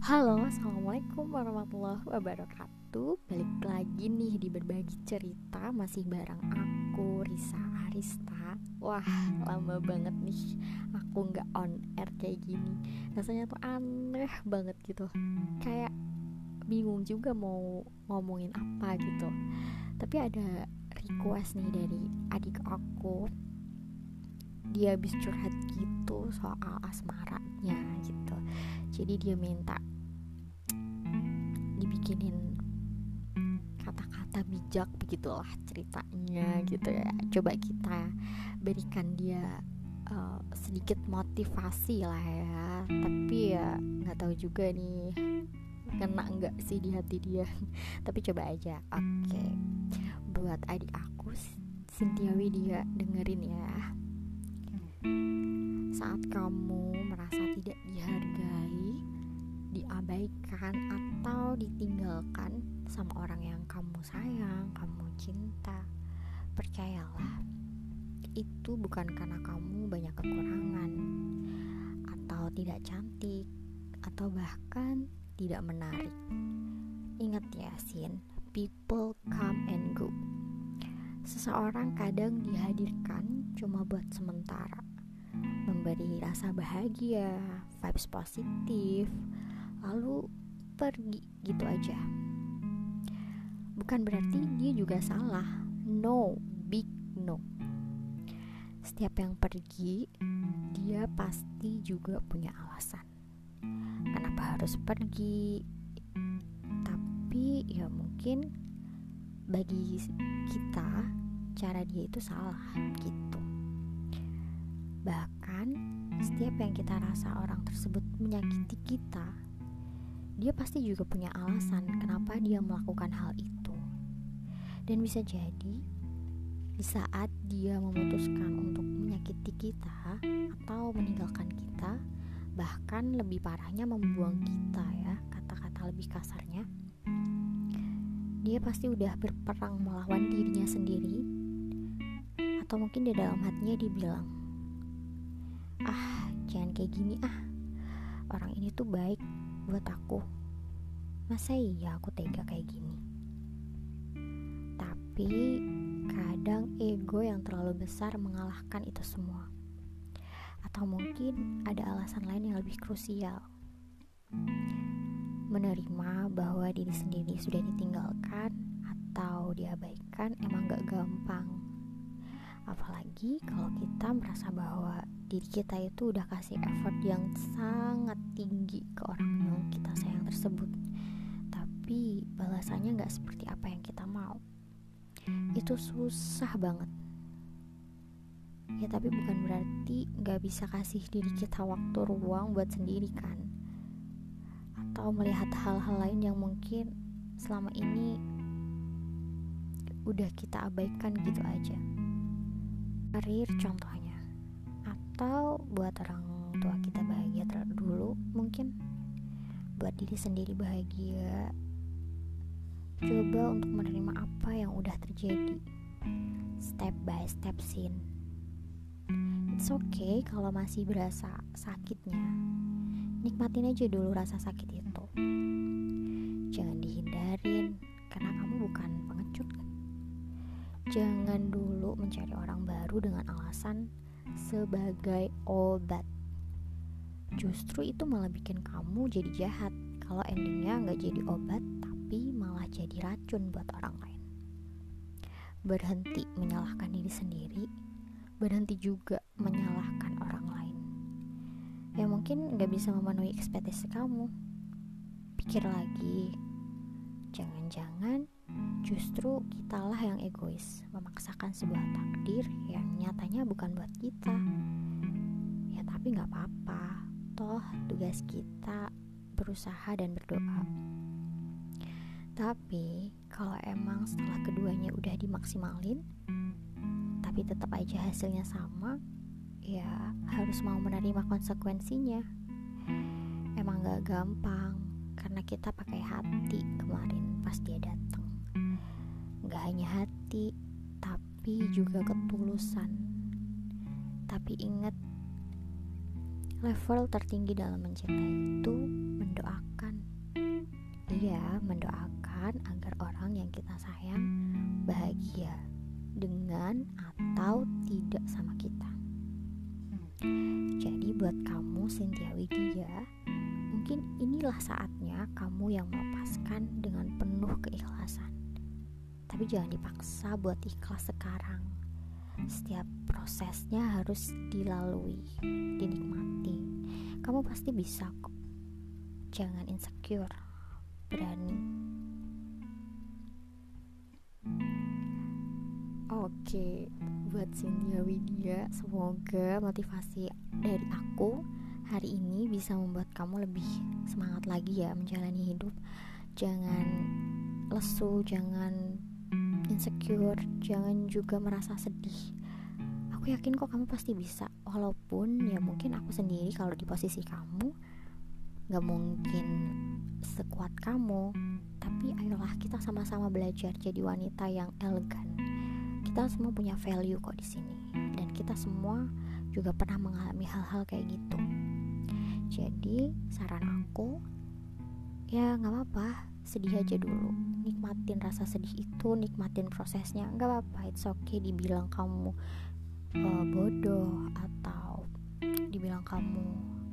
Halo, assalamualaikum warahmatullahi wabarakatuh. Balik lagi nih di berbagi cerita. Masih bareng aku, Risa Arista. Wah, lama banget nih aku gak on air kayak gini. Rasanya tuh aneh banget gitu. Kayak bingung juga mau ngomongin apa gitu. Tapi ada request nih dari adik aku. Dia habis curhat gitu soal asmaranya gitu. Jadi dia minta dibikinin kata-kata bijak begitulah ceritanya gitu ya. Coba kita berikan dia sedikit motivasi lah ya. Tapi ya nggak tahu juga nih kena nggak sih di hati dia. Tapi coba aja. Oke. Buat adik aku Cynthia Widya, dengerin ya. Saat kamu merasa tidak dihargai, diabaikan, atau ditinggalkan sama orang yang kamu sayang, kamu cinta, percayalah, itu bukan karena kamu banyak kekurangan, atau tidak cantik, atau bahkan tidak menarik. Ingat ya, Sin, people come and go. Seseorang kadang dihadirkan cuma buat sementara, memberi rasa bahagia, vibes positif, lalu pergi gitu aja. Bukan berarti dia juga salah. No, big no. Setiap yang pergi, dia pasti juga punya alasan kenapa harus pergi. Tapi ya mungkin bagi kita cara dia itu salah gitu. Bahkan setiap yang kita rasa orang tersebut menyakiti kita, dia pasti juga punya alasan kenapa dia melakukan hal itu. Dan bisa jadi di saat dia memutuskan untuk menyakiti kita atau meninggalkan kita, bahkan lebih parahnya membuang kita ya, kata-kata lebih kasarnya, dia pasti udah berperang melawan dirinya sendiri. Atau mungkin di dalam hatinya dia bilang, jangan kayak gini orang ini tuh baik buat aku, masa iya aku tega kayak gini. Tapi kadang ego yang terlalu besar mengalahkan itu semua. Atau mungkin ada alasan lain yang lebih krusial. Menerima bahwa diri sendiri sudah ditinggalkan atau diabaikan emang gak gampang. Apalagi kalau kita merasa bahwa diri kita itu udah kasih effort yang sangat tinggi ke orang yang kita sayang tersebut, tapi balasannya gak seperti apa yang kita mau. Itu susah banget. Ya tapi bukan berarti gak bisa kasih diri kita waktu ruang buat sendiri kan, atau melihat hal-hal lain yang mungkin selama ini udah kita abaikan gitu aja. Karir contohnya, atau buat orang tua kita bahagia dulu, mungkin buat diri sendiri bahagia. Coba untuk menerima apa yang udah terjadi, step by step, Sin. It's okay kalau masih berasa sakitnya, nikmatin aja dulu rasa sakit itu. Jangan dihindarin, karena kamu bukan pengecut kan. Jangan dulu mencari orang baru dengan alasan sebagai obat. Justru itu malah bikin kamu jadi jahat kalau endingnya gak jadi obat, tapi malah jadi racun buat orang lain. Berhenti menyalahkan diri sendiri, berhenti juga menyalahkan orang lain yang mungkin gak bisa memenuhi ekspektasi kamu. Pikir lagi, jangan-jangan justru kitalah yang egois, memaksakan sebuah takdir yang nyatanya bukan buat kita. Ya tapi gak apa-apa, toh tugas kita berusaha dan berdoa. Tapi kalau emang setelah keduanya udah dimaksimalin tapi tetap aja hasilnya sama, ya harus mau menerima konsekuensinya. Emang gak gampang, karena kita pakai hati kemarin pas dia datang. Gak hanya hati, tapi juga ketulusan. Tapi ingat, level tertinggi dalam mencintai itu mendoakan. ya mendoakan agar orang yang kita sayang bahagia dengan atau tidak sama kita. Jadi buat kamu Cynthia Widya, mungkin inilah saatnya kamu yang melepaskan dengan penuh keikhlasan. Tapi jangan dipaksa buat ikhlas sekarang. Setiap prosesnya harus dilalui, dinikmati. Kamu pasti bisa kok. Jangan insecure, berani. Oke, buat Cynthia Widya, semoga motivasi dari aku hari ini bisa membuat kamu lebih semangat lagi ya menjalani hidup. Jangan lesu, jangan insecure, jangan juga merasa sedih. Aku yakin kok kamu pasti bisa. Walaupun ya mungkin aku sendiri kalau di posisi kamu gak mungkin sekuat kamu, tapi ayolah kita sama-sama belajar jadi wanita yang elegan. Kita semua punya value kok di sini, dan kita semua juga pernah mengalami hal-hal kayak gitu. Jadi saran aku, ya nggak apa-apa, sedih aja dulu, nikmatin rasa sedih itu, nikmatin prosesnya, nggak apa-apa. It's okay dibilang kamu bodoh atau dibilang kamu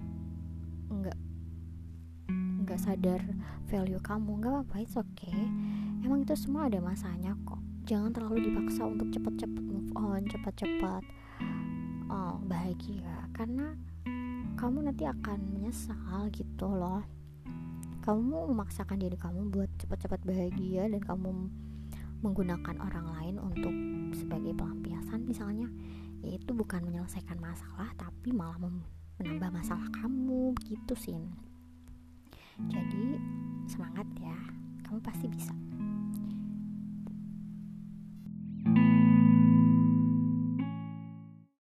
nggak sadar value kamu, nggak apa-apa, it's okay. Emang itu semua ada masanya kok. Jangan terlalu dipaksa untuk cepat-cepat move on, cepat-cepat bahagia, karena kamu nanti akan menyesal gitu loh. Kamu memaksakan diri kamu buat cepat-cepat bahagia dan kamu menggunakan orang lain untuk sebagai pelampiasan misalnya, itu bukan menyelesaikan masalah tapi malah menambah masalah kamu gitu sih. Jadi semangat ya, kamu pasti bisa.